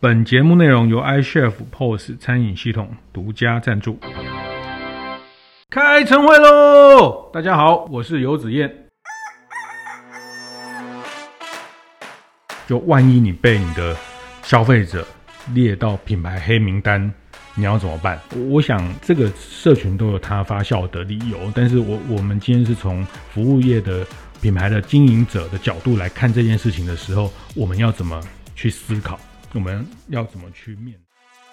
本节目内容由 iChef POS 餐饮系统独家赞助。开晨会喽！大家好，我是游子燕。就万一你被你的消费者列到品牌黑名单，你要怎么办？我想这个社群都有它发酵的理由，但是我们今天是从服务业的品牌的经营者的角度来看这件事情的时候，我们要怎么去思考？我们要怎么去面对？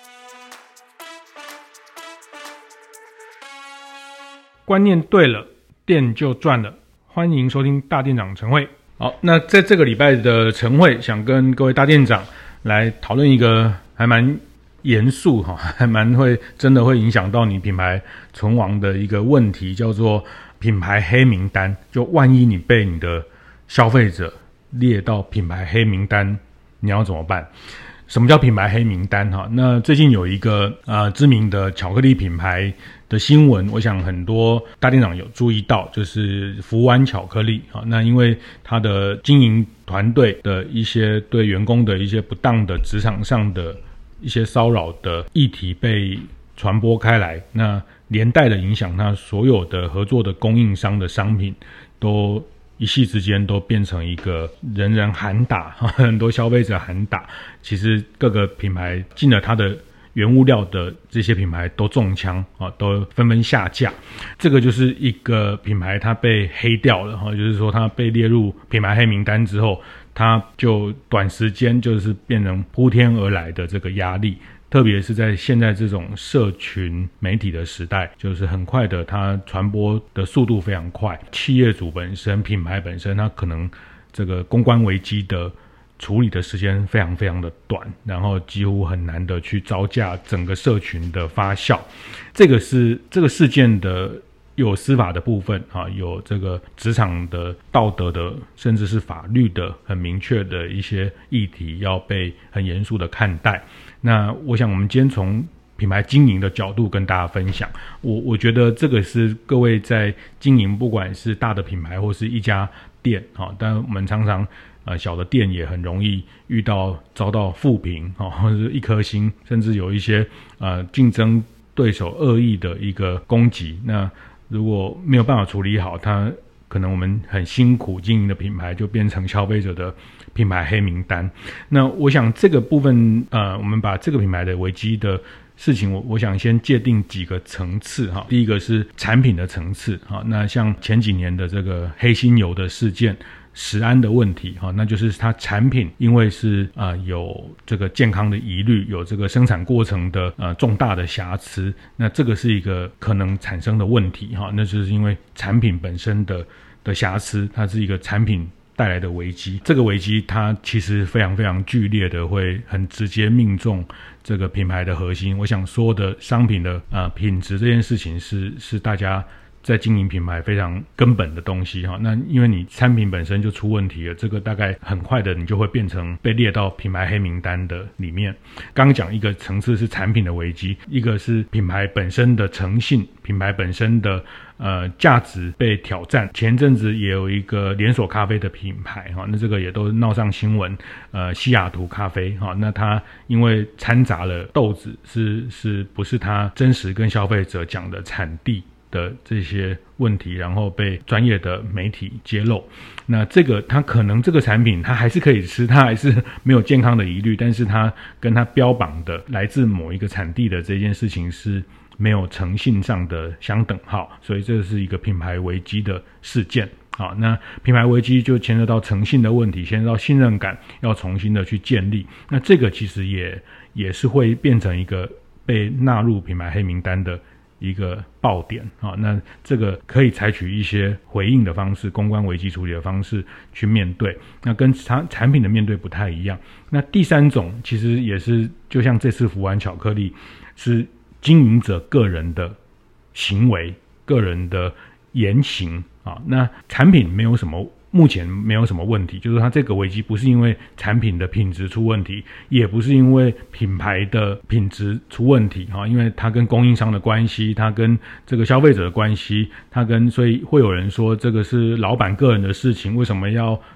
观念对了，店就赚了。欢迎收听大店长晨会。好，那在这个礼拜的晨会，想跟各位大店长来讨论一个还蛮严肃还蛮真的会影响到你品牌存亡的一个问题，叫做品牌黑名单。就万一你被你的消费者列到品牌黑名单，你要怎么办？什么叫品牌黑名单？那最近有一个知名的巧克力品牌的新闻，我想很多大店长有注意到，就是福湾巧克力。那因为他的经营团队的一些对员工的一些不当的职场上的一些骚扰的议题被传播开来，那连带的影响他所有的合作的供应商的商品都一夕之间都变成一个人人喊打，很多消费者喊打。其实各个品牌进了它的原物料的这些品牌都中枪，都纷纷下架。这个就是一个品牌它被黑掉了，就是说它被列入品牌黑名单之后，它就短时间就是变成铺天而来的这个压力。特别是在现在这种社群媒体的时代，就是很快的，它传播的速度非常快。企业主本身、品牌本身，它可能这个公关危机的处理的时间非常非常的短，然后几乎很难的去招架整个社群的发酵。这个是这个事件的有司法的部分有这个职场的道德的，甚至是法律的很明确的一些议题要被很严肃的看待。那我想我们今天从品牌经营的角度跟大家分享，我觉得这个是各位在经营不管是大的品牌或是一家店但我们常常小的店也很容易遭到负评或者是一颗星，甚至有一些竞争对手恶意的一个攻击。那如果没有办法处理好，它可能我们很辛苦经营的品牌就变成消费者的品牌黑名单。那我想这个部分我们把这个品牌的危机的事情我想先界定几个层次第一个是产品的层次那像前几年的这个黑心油的事件，食安的问题那就是它产品因为是有这个健康的疑虑，有这个生产过程的重大的瑕疵，那这个是一个可能产生的问题那就是因为产品本身的瑕疵，它是一个产品带来的危机。这个危机它其实非常非常剧烈的，会很直接命中这个品牌的核心。我想说的商品的品质这件事情是大家在经营品牌非常根本的东西那因为你产品本身就出问题了，这个大概很快的你就会变成被列到品牌黑名单的里面。刚刚讲一个层次是产品的危机，一个是品牌本身的诚信，品牌本身的价值被挑战。前阵子也有一个连锁咖啡的品牌那这个也都闹上新闻，西雅图咖啡那它因为掺杂了豆子是不是它真实跟消费者讲的产地的这些问题，然后被专业的媒体揭露。那这个它可能这个产品它还是可以吃，它还是没有健康的疑虑，但是它跟它标榜的来自某一个产地的这件事情是没有诚信上的相等号，所以这是一个品牌危机的事件。好，那品牌危机就牵涉到诚信的问题，牵涉到信任感要重新的去建立。那这个其实也是会变成一个被纳入品牌黑名单的一个爆点那这个可以采取一些回应的方式，公关危机处理的方式去面对，那跟产品的面对不太一样。那第三种其实也是就像这次福湾巧克力，是经营者个人的行为，个人的言行那产品目前没有什么问题，就是它这个危机不是因为产品的品质出问题，也不是因为品牌的品质出问题因为它跟供应商的关系，它跟这个消费者的关系，所以会有人说这个是老板个人的事情，为什么要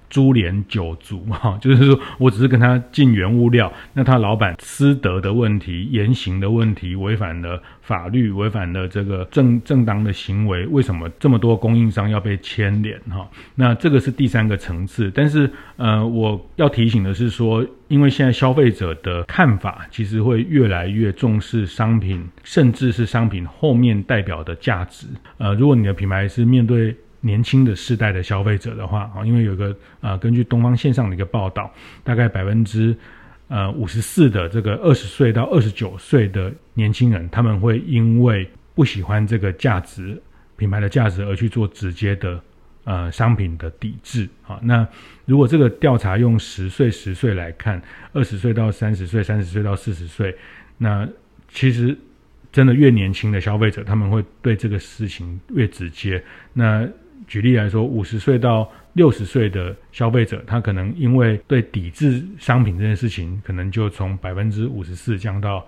株连九族就是说我只是跟他进原物料，那他老板私德的问题、言行的问题，违反了法律，违反了这个正当的行为，为什么这么多供应商要被牵连那这个是第三个层次。但是我要提醒的是说，因为现在消费者的看法其实会越来越重视商品，甚至是商品后面代表的价值。如果你的品牌是面对年轻的世代的消费者的话，因为有个根据东方线上的一个报道，大概54%的这个20岁到29岁的年轻人，他们会因为不喜欢这个价值品牌的价值而去做直接的商品的抵制。那如果这个调查用10岁来看，20岁到30岁，30岁到40岁，那其实真的越年轻的消费者，他们会对这个事情越直接。那举例来说，50岁到60岁的消费者，他可能因为对抵制商品这件事情，可能就从54%降到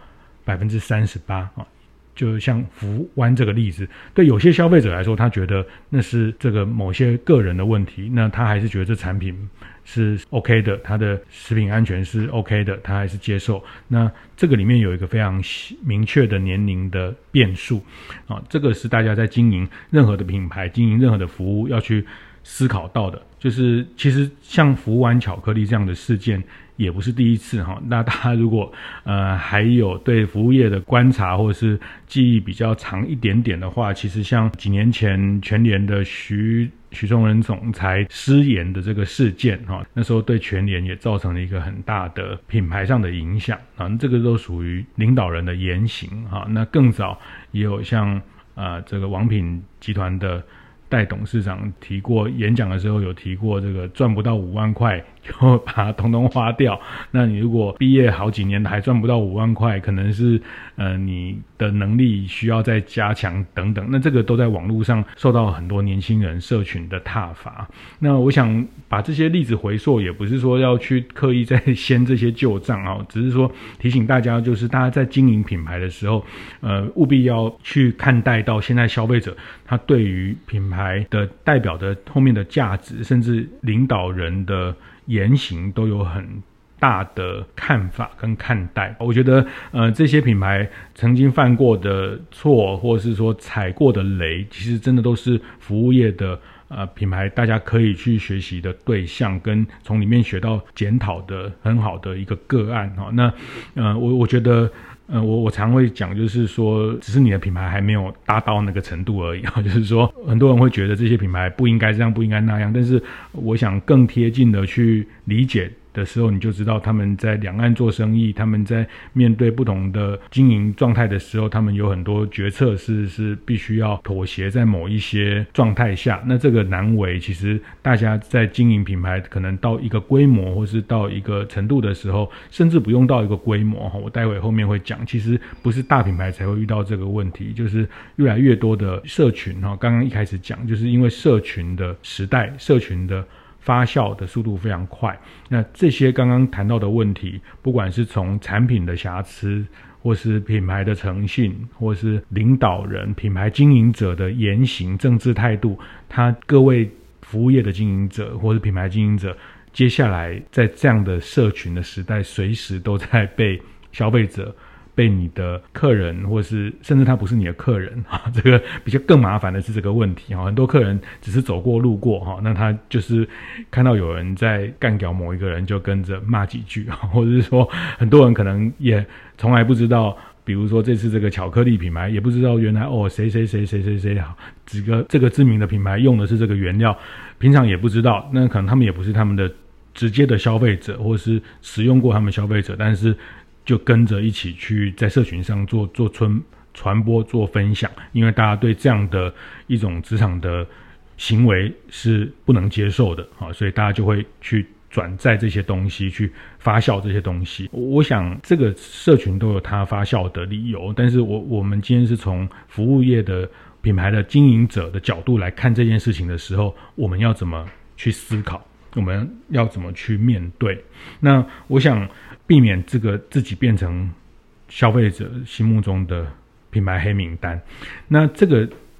38%就像福湾这个例子，对有些消费者来说，他觉得那是这个某些个人的问题，那他还是觉得这产品是 OK 的，他的食品安全是 OK 的，他还是接受。那这个里面有一个非常明确的年龄的变数这个是大家在经营任何的品牌、经营任何的服务要去思考到的。就是其实像福湾巧克力这样的事件也不是第一次那大家如果还有对服务业的观察或者是记忆比较长一点点的话，其实像几年前全联的徐仲仁总裁失言的这个事件那时候对全联也造成了一个很大的品牌上的影响这个都属于领导人的言行那更早也有像这个王品集团的戴董事长提过，演讲的时候有提过，这个赚不到5万块就把它统统花掉。那你如果毕业好几年还赚不到5万块，可能是你的能力需要再加强等等。那这个都在网络上受到很多年轻人社群的挞伐。那我想把这些例子回溯，也不是说要去刻意再掀这些旧账只是说提醒大家，就是大家在经营品牌的时候，务必要去看待到现在消费者他对于品牌的代表的后面的价值，甚至领导人的言行都有很大的看法跟看待。我觉得这些品牌曾经犯过的错，或者是说踩过的雷，其实真的都是服务业的品牌大家可以去学习的对象，跟从里面学到检讨的很好的一个个案那我觉得我常会讲，就是说只是你的品牌还没有达到那个程度而已就是说很多人会觉得这些品牌不应该这样，不应该那样，但是我想更贴近的去理解的时候，你就知道他们在两岸做生意，他们在面对不同的经营状态的时候，他们有很多决策是必须要妥协在某一些状态下。那这个难为，其实大家在经营品牌可能到一个规模或是到一个程度的时候，甚至不用到一个规模我待会后面会讲，其实不是大品牌才会遇到这个问题，就是越来越多的社群刚刚一开始讲，就是因为社群的时代，社群的发酵的速度非常快，那这些刚刚谈到的问题，不管是从产品的瑕疵，或是品牌的诚信，或是领导人、品牌经营者的言行、政治态度，各位服务业的经营者或是品牌经营者，接下来在这样的社群的时代，随时都在被消费者、被你的客人，或是甚至他不是你的客人这个比较更麻烦的是这个问题很多客人只是走过路过那他就是看到有人在干掉某一个人，就跟着骂几句或者是说很多人可能也从来不知道，比如说这次这个巧克力品牌也不知道原来谁这个知名的品牌用的是这个原料，平常也不知道，那可能他们也不是他们的直接的消费者，或是使用过他们消费者，但是就跟着一起去在社群上做传播、做分享，因为大家对这样的一种职场的行为是不能接受的所以大家就会去转载这些东西，去发酵这些东西。我想这个社群都有它发酵的理由，但是我们今天是从服务业的品牌的经营者的角度来看这件事情的时候，我们要怎么去思考，我们要怎么去面对。那我想避免这个自己变成消费者心目中的品牌黑名单。那这个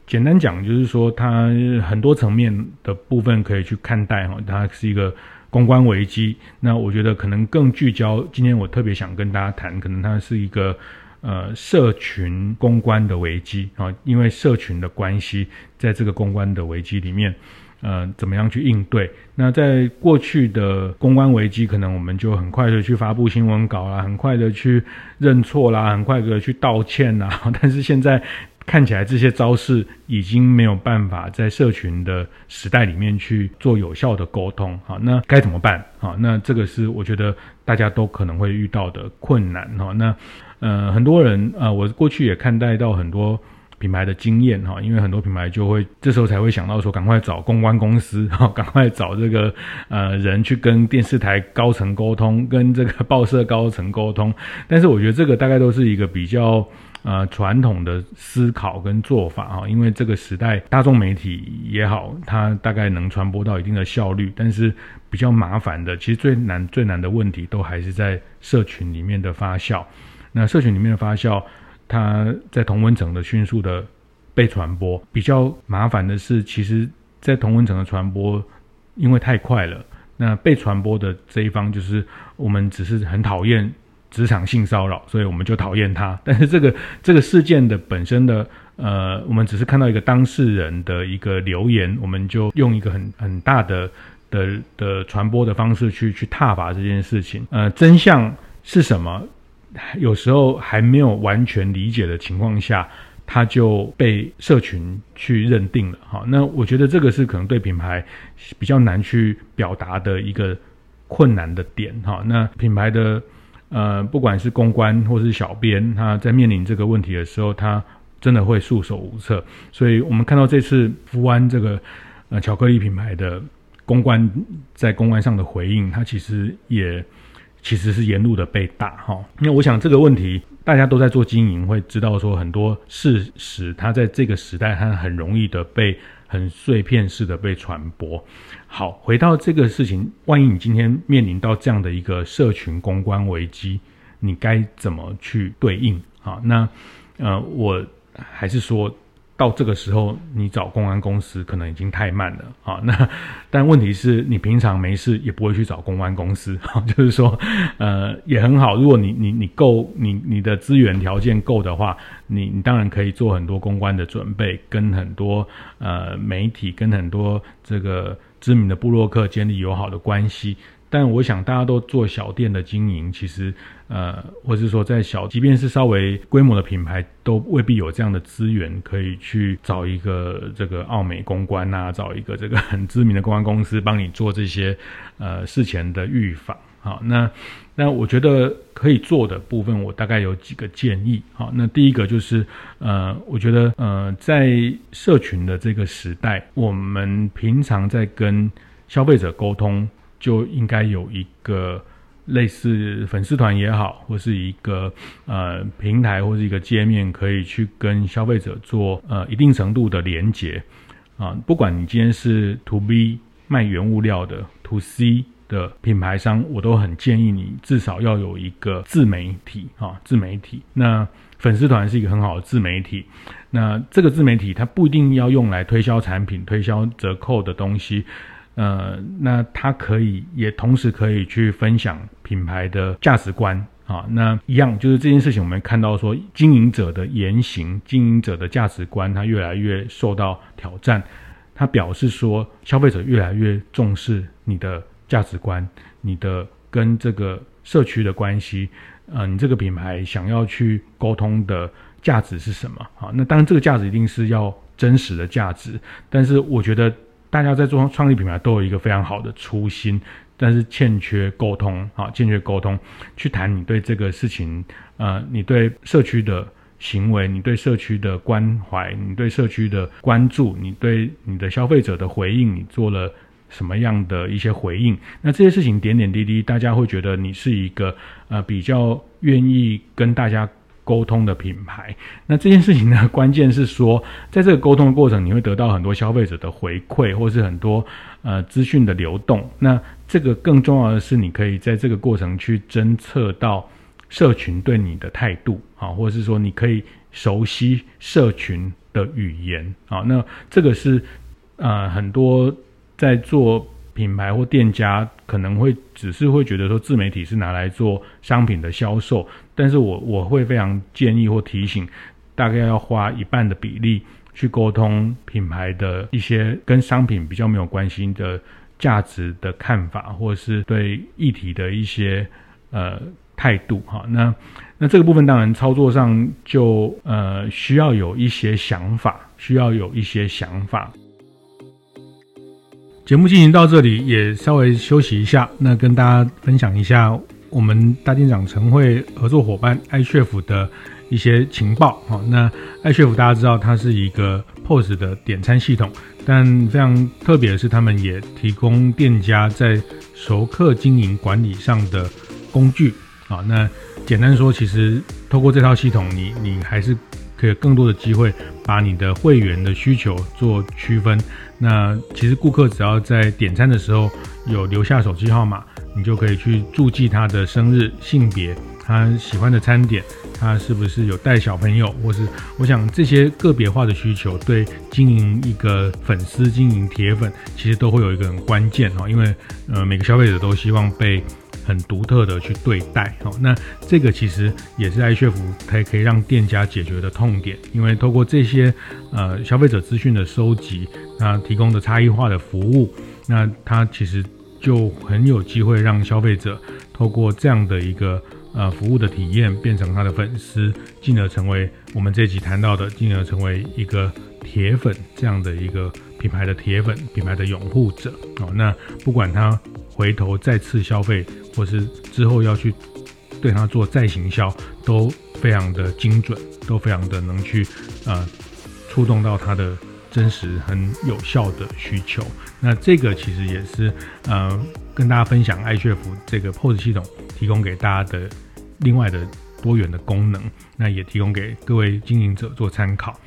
简单讲就是说它很多层面的部分可以去看待它是一个公关危机。那我觉得可能更聚焦，今天我特别想跟大家谈，可能它是一个社群公关的危机因为社群的关系，在这个公关的危机里面怎么样去应对。那在过去的公关危机，可能我们就很快的去发布新闻稿啦，很快的去认错啦，很快的去道歉啦，但是现在看起来这些招式已经没有办法在社群的时代里面去做有效的沟通。好，那该怎么办？好，那这个是我觉得大家都可能会遇到的困难。那很多人我过去也看待到很多品牌的经验因为很多品牌就会这时候才会想到说赶快找公关公司赶快找这个人去跟电视台高层沟通，跟这个报社高层沟通。但是我觉得这个大概都是一个比较传统的思考跟做法因为这个时代大众媒体也好，它大概能传播到一定的效率，但是比较麻烦的，其实最难的问题都还是在社群里面的发酵。那社群里面的发酵，它在同温层的迅速的被传播，比较麻烦的是，其实在同温层的传播因为太快了，那被传播的这一方就是我们只是很讨厌职场性骚扰，所以我们就讨厌他。但是这个事件的本身的我们只是看到一个当事人的一个留言，我们就用一个很大的传播的方式去挞伐这件事情。真相是什么？有时候还没有完全理解的情况下，它就被社群去认定了。好，那我觉得这个是可能对品牌比较难去表达的一个困难的点。好，那品牌的不管是公关或是小编，他在面临这个问题的时候，他真的会束手无策。所以我们看到这次福安这个巧克力品牌的公关，在公关上的回应，它其实是沿路的被打那我想这个问题大家都在做经营，会知道说很多事实它在这个时代它很容易的被很碎片式的被传播。好，回到这个事情，万一你今天面临到这样的一个社群公关危机，你该怎么去对应？好，那我还是说到这个时候你找公关公司可能已经太慢了那但问题是你平常没事也不会去找公关公司就是说也很好，如果你够你的资源条件够的话，你当然可以做很多公关的准备，跟很多媒体跟很多这个知名的部落客建立友好的关系。但我想大家都做小店的经营，其实或是说在即便是稍微规模的品牌，都未必有这样的资源可以去找一个这个奥美公关找一个这个很知名的公关公司帮你做这些事前的预防。好，那我觉得可以做的部分，我大概有几个建议。好，那第一个就是我觉得在社群的这个时代，我们平常在跟消费者沟通，就应该有一个类似粉丝团也好，或是一个平台或是一个界面，可以去跟消费者做一定程度的连结不管你今天是 To B 卖原物料的 To C 的品牌商，我都很建议你至少要有一个自媒体自媒体。那粉丝团是一个很好的自媒体，那这个自媒体它不一定要用来推销产品、推销折扣的东西那它也同时可以去分享品牌的价值观那一样就是这件事情，我们看到说经营者的言行、经营者的价值观，它越来越受到挑战。它表示说消费者越来越重视你的价值观，你的跟这个社区的关系你这个品牌想要去沟通的价值是什么那当然这个价值一定是要真实的价值，但是我觉得大家在做创立品牌都有一个非常好的初心，但是欠缺沟通去谈你对这个事情你对社区的行为，你对社区的关怀，你对社区的关注，你对你的消费者的回应，你做了什么样的一些回应，那这些事情点点滴滴大家会觉得你是一个比较愿意跟大家沟通的品牌。那这件事情呢，关键是说在这个沟通的过程，你会得到很多消费者的回馈，或是很多资讯的流动。那这个更重要的是，你可以在这个过程去侦测到社群对你的态度或者是说你可以熟悉社群的语言啊。那这个是很多在做品牌或店家可能会只是会觉得说自媒体是拿来做商品的销售，但是我会非常建议或提醒，大概要花一半的比例去沟通品牌的一些跟商品比较没有关系的价值的看法，或是对议题的一些态度哈。那这个部分当然操作上就需要有一些想法，节目进行到这里也稍微休息一下，那跟大家分享一下我们大店长晨会合作伙伴iChef的一些情报。那iChef大家知道它是一个 POS 的点餐系统，但非常特别的是他们也提供店家在熟客经营管理上的工具。那简单说，其实透过这套系统你还是可以有更多的机会把你的会员的需求做区分。那其实顾客只要在点餐的时候有留下手机号码，你就可以去注记他的生日、性别、他喜欢的餐点，他是不是有带小朋友，或是我想这些个别化的需求对经营一个粉丝、经营铁粉其实都会有一个很关键，因为每个消费者都希望被很独特的去对待。那这个其实也是iChef可以让店家解决的痛点，因为透过这些消费者资讯的收集，那提供的差异化的服务，那它其实就很有机会让消费者透过这样的一个服务的体验变成他的粉丝，进而成为我们这集谈到的，进而成为一个铁粉，这样的一个品牌的铁粉、品牌的拥护者。那不管他回头再次消费，或是之后要去对他做再行销，都非常的精准，都非常的能去触动到他的真实很有效的需求。那这个其实也是跟大家分享iChef这个 POS 系统提供给大家的另外的多元的功能，那也提供给各位经营者做参考。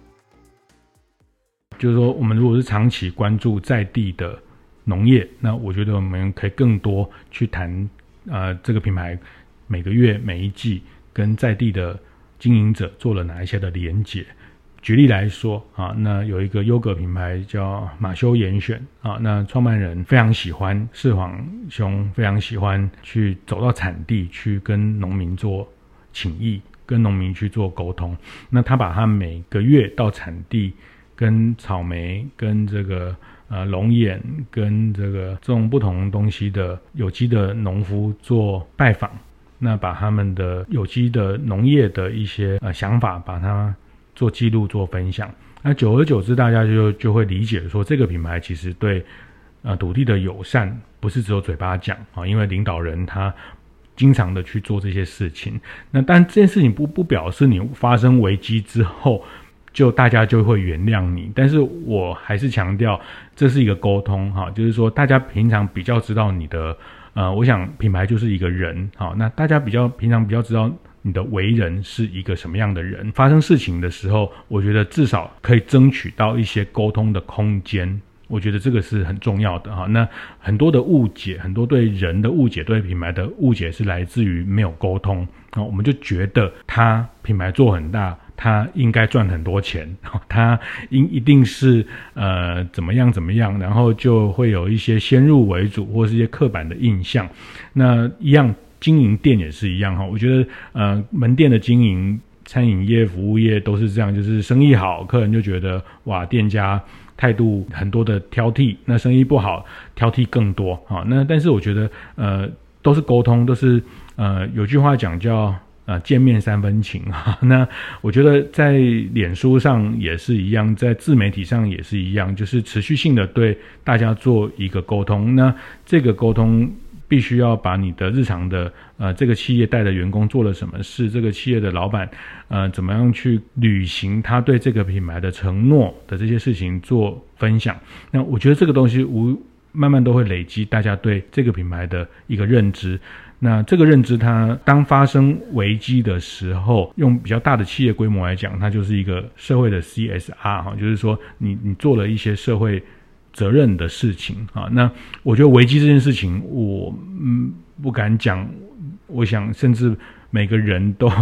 就是说我们如果是长期关注在地的农业，那我觉得我们可以更多去谈这个品牌每个月每一季跟在地的经营者做了哪一些的连结。举例来说那有一个优格品牌叫马修严选那创办人非常喜欢，世煌兄非常喜欢去走到产地去跟农民做请益，跟农民去做沟通。那他把他每个月到产地跟草莓跟这个龙眼跟这种不同东西的有机的农夫做拜访，那把他们的有机的农业的一些想法把它做记录做分享。那久而久之大家就会理解说，这个品牌其实对土地的友善不是只有嘴巴讲因为领导人他经常的去做这些事情。那但这件事情不表示你发生危机之后就大家就会原谅你，但是我还是强调这是一个沟通就是说大家平常比较知道你的我想品牌就是一个人那大家平常比较知道你的为人是一个什么样的人，发生事情的时候我觉得至少可以争取到一些沟通的空间，我觉得这个是很重要的那很多的误解，很多对人的误解，对品牌的误解是来自于没有沟通我们就觉得他品牌做很大，他应该赚很多钱，他一定是怎么样，然后就会有一些先入为主或是一些刻板的印象。那一样经营店也是一样我觉得门店的经营，餐饮业、服务业都是这样，就是生意好，客人就觉得哇，店家态度很多的挑剔，那生意不好，挑剔更多那但是我觉得都是沟通，都是有句话讲叫见面三分情那我觉得在脸书上也是一样，在自媒体上也是一样，就是持续性的对大家做一个沟通。那这个沟通必须要把你的日常的这个企业带的员工做了什么事，这个企业的老板怎么样去履行他对这个品牌的承诺的这些事情做分享。那我觉得这个东西慢慢都会累积大家对这个品牌的一个认知。那这个认知它当发生危机的时候，用比较大的企业规模来讲，它就是一个社会的 CSR 就是说你做了一些社会责任的事情那我觉得危机这件事情我不敢讲，我想甚至每个人都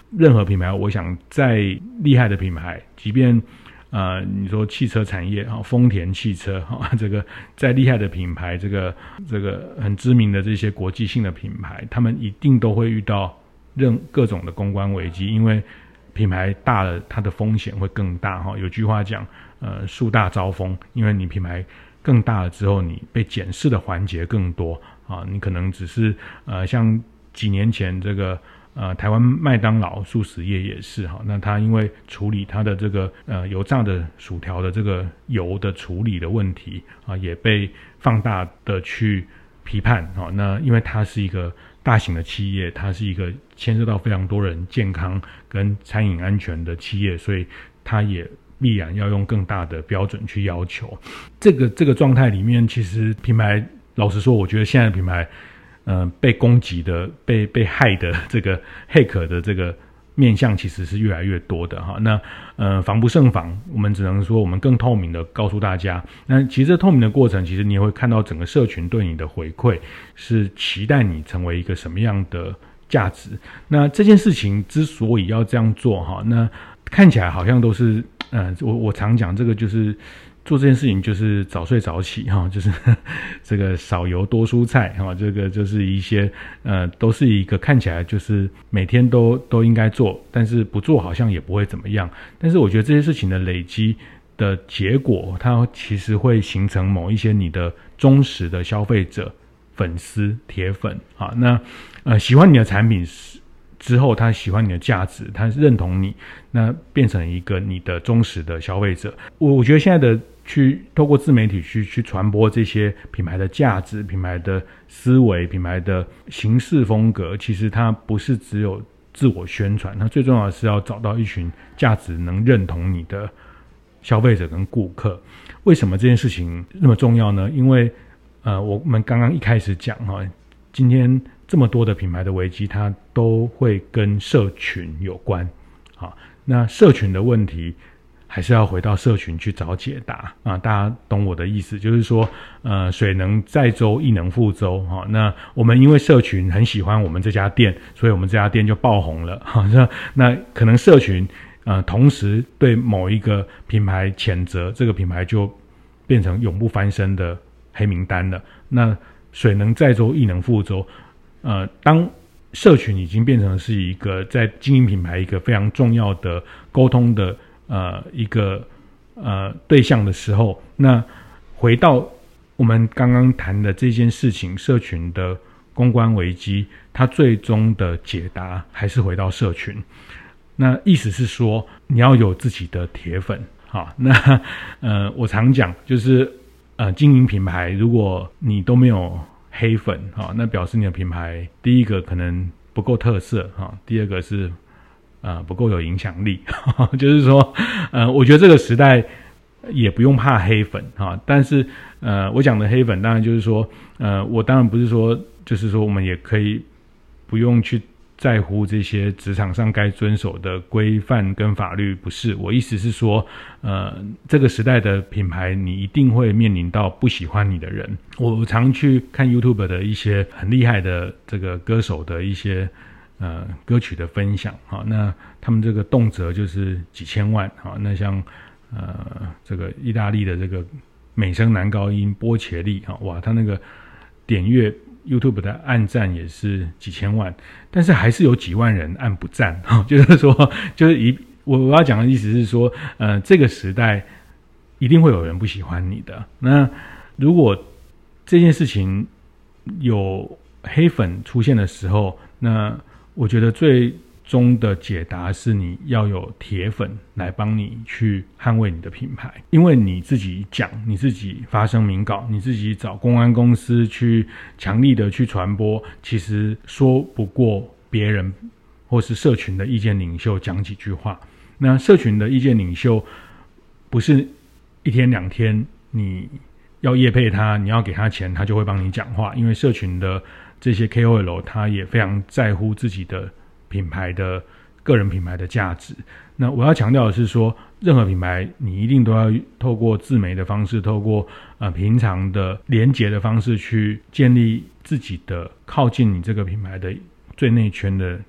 任何品牌，我想再厉害的品牌，即便你说汽车产业丰田汽车这个再厉害的品牌，这个很知名的这些国际性的品牌，他们一定都会遇到各种的公关危机，因为品牌大了，它的风险会更大有句话讲，树大招风，因为你品牌更大了之后，你被检视的环节更多你可能只是像几年前这个台湾麦当劳素食业也是那它因为处理它的这个油炸的薯条的这个油的处理的问题也被放大的去批判那因为它是一个大型的企业，它是一个牵涉到非常多人健康跟餐饮安全的企业，所以它也必然要用更大的标准去要求。这个状态里面，其实品牌老实说，我觉得现在的品牌被攻击的被害的这个黑客的这个面向其实是越来越多的那防不胜防，我们只能说我们更透明的告诉大家。那其实这透明的过程，其实你也会看到整个社群对你的回馈是期待你成为一个什么样的价值。那这件事情之所以要这样做那看起来好像都是我常讲这个就是做这件事情就是早睡早起就是这个少油多蔬菜这个就是一些都是一个看起来就是每天都应该做，但是不做好像也不会怎么样。但是我觉得这些事情的累积的结果，它其实会形成某一些你的忠实的消费者、粉丝、铁粉那喜欢你的产品之后，他喜欢你的价值，他认同你，那变成一个你的忠实的消费者。我觉得现在的去透过自媒体去传播这些品牌的价值、品牌的思维、品牌的行事风格，其实它不是只有自我宣传，它最重要的是要找到一群价值能认同你的消费者跟顾客。为什么这件事情那么重要呢？因为我们刚刚一开始讲今天这么多的品牌的危机，它都会跟社群有关那社群的问题还是要回到社群去找解答大家懂我的意思，就是说水能载舟亦能覆舟那我们因为社群很喜欢我们这家店，所以我们这家店就爆红了那可能社群同时对某一个品牌谴责，这个品牌就变成永不翻身的黑名单了。那水能载舟亦能覆舟当社群已经变成是一个在经营品牌一个非常重要的沟通的一个对象的时候，那回到我们刚刚谈的这件事情，社群的公关危机，它最终的解答还是回到社群。那意思是说，你要有自己的铁粉那我常讲就是经营品牌，如果你都没有黑粉那表示你的品牌第一个可能不够特色第二个是不够有影响力就是说我觉得这个时代也不用怕黑粉但是我讲的黑粉当然就是说我当然不是说就是说我们也可以不用去在乎这些职场上该遵守的规范跟法律，不是，我意思是说这个时代的品牌你一定会面临到不喜欢你的人。我常去看 YouTube 的一些很厉害的这个歌手的一些歌曲的分享那他们这个动辄就是几千万那像这个意大利的这个美声男高音波切利哇，他那个点阅YouTube 的按赞也是几千万，但是还是有几万人按不赞就是说就是我要讲的意思是说这个时代一定会有人不喜欢你的。那如果这件事情有黑粉出现的时候，那我觉得最终的解答是你要有铁粉来帮你去捍卫你的品牌，因为你自己讲，你自己发声明稿，你自己找公关公司去强力的去传播，其实说不过别人或是社群的意见领袖讲几句话。那社群的意见领袖不是一天两天你要业配他，你要给他钱他就会帮你讲话，因为社群的这些 KOL 他也非常在乎自己的品牌的个人品牌的价值。那我要强调的是说，任何品牌你一定都要透过自媒的方式，透过平常的连结的方式去建立自己的靠近你这个品牌的最内圈的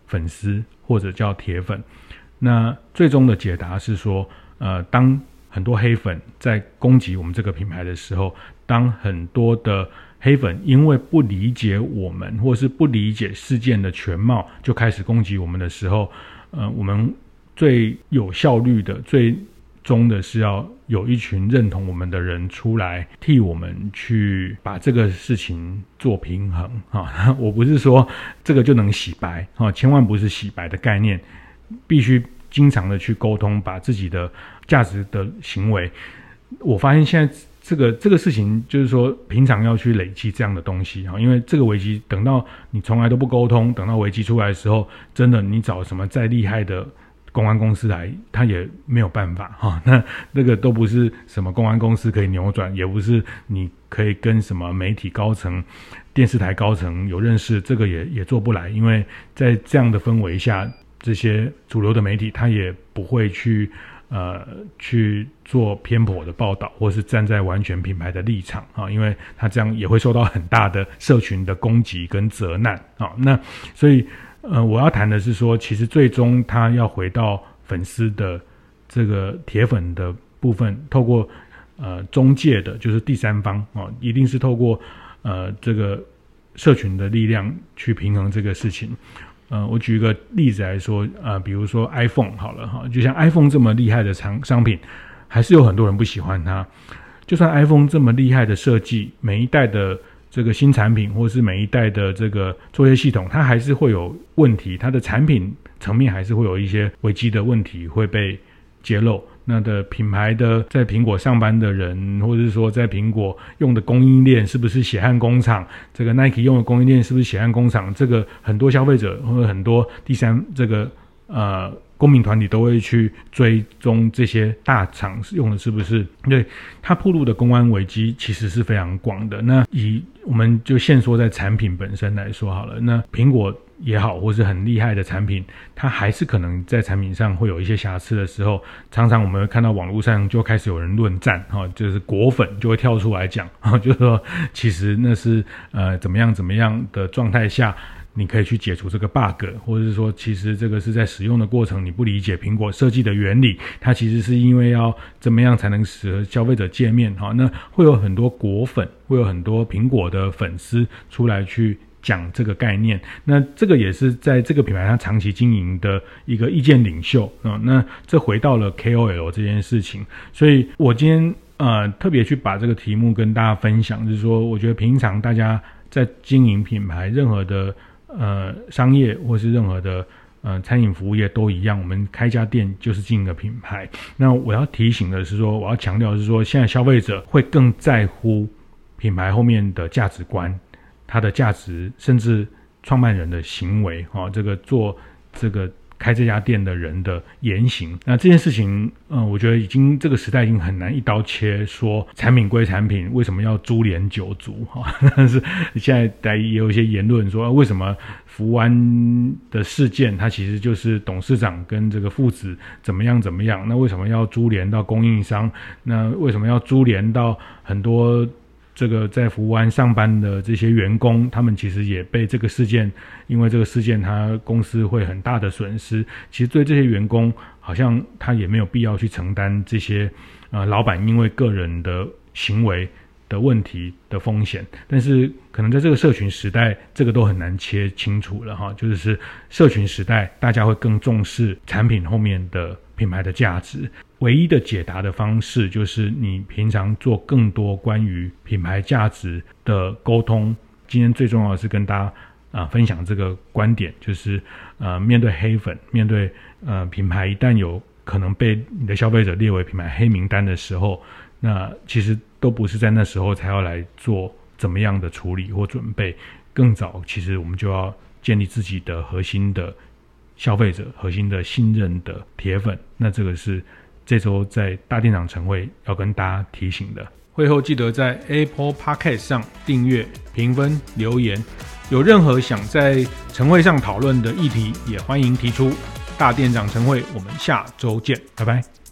粉丝或者叫铁粉。那最终的解答是说，当很多黑粉在攻击我们这个品牌的时候，当很多的黑粉因为不理解我们或是不理解事件的全貌就开始攻击我们的时候，我们最有效率的最终的是要有一群认同我们的人出来替我们去把这个事情做平衡啊！我不是说这个就能洗白啊，千万不是洗白的概念，必须经常的去沟通，把自己的价值的行为。我发现现在这个事情就是说平常要去累积这样的东西啊，因为这个危机等到你从来都不沟通，等到危机出来的时候，真的你找什么再厉害的公关公司来，他也没有办法哈。那个都不是什么公关公司可以扭转，也不是你可以跟什么媒体高层、电视台高层有认识，这个也做不来，因为在这样的氛围下，这些主流的媒体他也不会去做偏颇的报道，或是站在完全品牌的立场啊，因为他这样也会受到很大的社群的攻击跟责难啊。那所以我要谈的是说，其实最终他要回到粉丝的这个铁粉的部分，透过中介的，就是第三方啊，一定是透过这个社群的力量去平衡这个事情。我举一个例子来说，比如说 iPhone 好了哈，就像 iPhone 这么厉害的商品，还是有很多人不喜欢它。就算 iPhone 这么厉害的设计，每一代的这个新产品，或是每一代的这个作业系统，它还是会有问题，它的产品层面还是会有一些危机的问题会被揭露。那的品牌的在苹果上班的人，或者是说在苹果用的供应链是不是血汗工厂，这个 Nike 用的供应链是不是血汗工厂，这个很多消费者或者很多第三这个公民团体都会去追踪这些大厂用的是不是，对，它暴露的公关危机其实是非常广的。那以我们就限缩在产品本身来说好了，那苹果也好，或是很厉害的产品，它还是可能在产品上会有一些瑕疵的时候，常常我们会看到网络上就开始有人论战就是果粉就会跳出来讲就是说其实那是怎么样的状态下你可以去解除这个 bug， 或者是说其实这个是在使用的过程你不理解苹果设计的原理，它其实是因为要怎么样才能使得消费者界面那会有很多果粉，会有很多苹果的粉丝出来去讲这个概念。那这个也是在这个品牌它长期经营的一个意见领袖那这回到了 KOL 这件事情。所以我今天特别去把这个题目跟大家分享，就是说我觉得平常大家在经营品牌，任何的商业或是任何的餐饮服务业都一样，我们开家店就是经营的品牌。那我要提醒的是说，我要强调的是说，现在消费者会更在乎品牌后面的价值观，它的价值，甚至创办人的行为这个做这个开这家店的人的言行。那这件事情我觉得这个时代已经很难一刀切说产品归产品，为什么要株连九族但是现在也有一些言论说为什么福湾的事件它其实就是董事长跟这个父子怎么样，那为什么要株连到供应商，那为什么要株连到很多这个在福湾上班的这些员工，他们其实也被这个事件，因为这个事件他公司会很大的损失，其实对这些员工好像他也没有必要去承担这些老板因为个人的行为的问题的风险。但是可能在这个社群时代，这个都很难切清楚了就是社群时代大家会更重视产品后面的品牌的价值。唯一的解答的方式就是你平常做更多关于品牌价值的沟通。今天最重要的是跟大家分享这个观点，就是面对黑粉，面对品牌一旦有可能被你的消费者列为品牌黑名单的时候，那其实都不是在那时候才要来做怎么样的处理或准备，更早其实我们就要建立自己的核心的消费者，核心的信任的铁粉。那这个是这周在大店长晨会要跟大家提醒的。会后记得在 Apple Podcast 上订阅、评分、留言。有任何想在晨会上讨论的议题，也欢迎提出。大店长晨会，我们下周见，拜拜。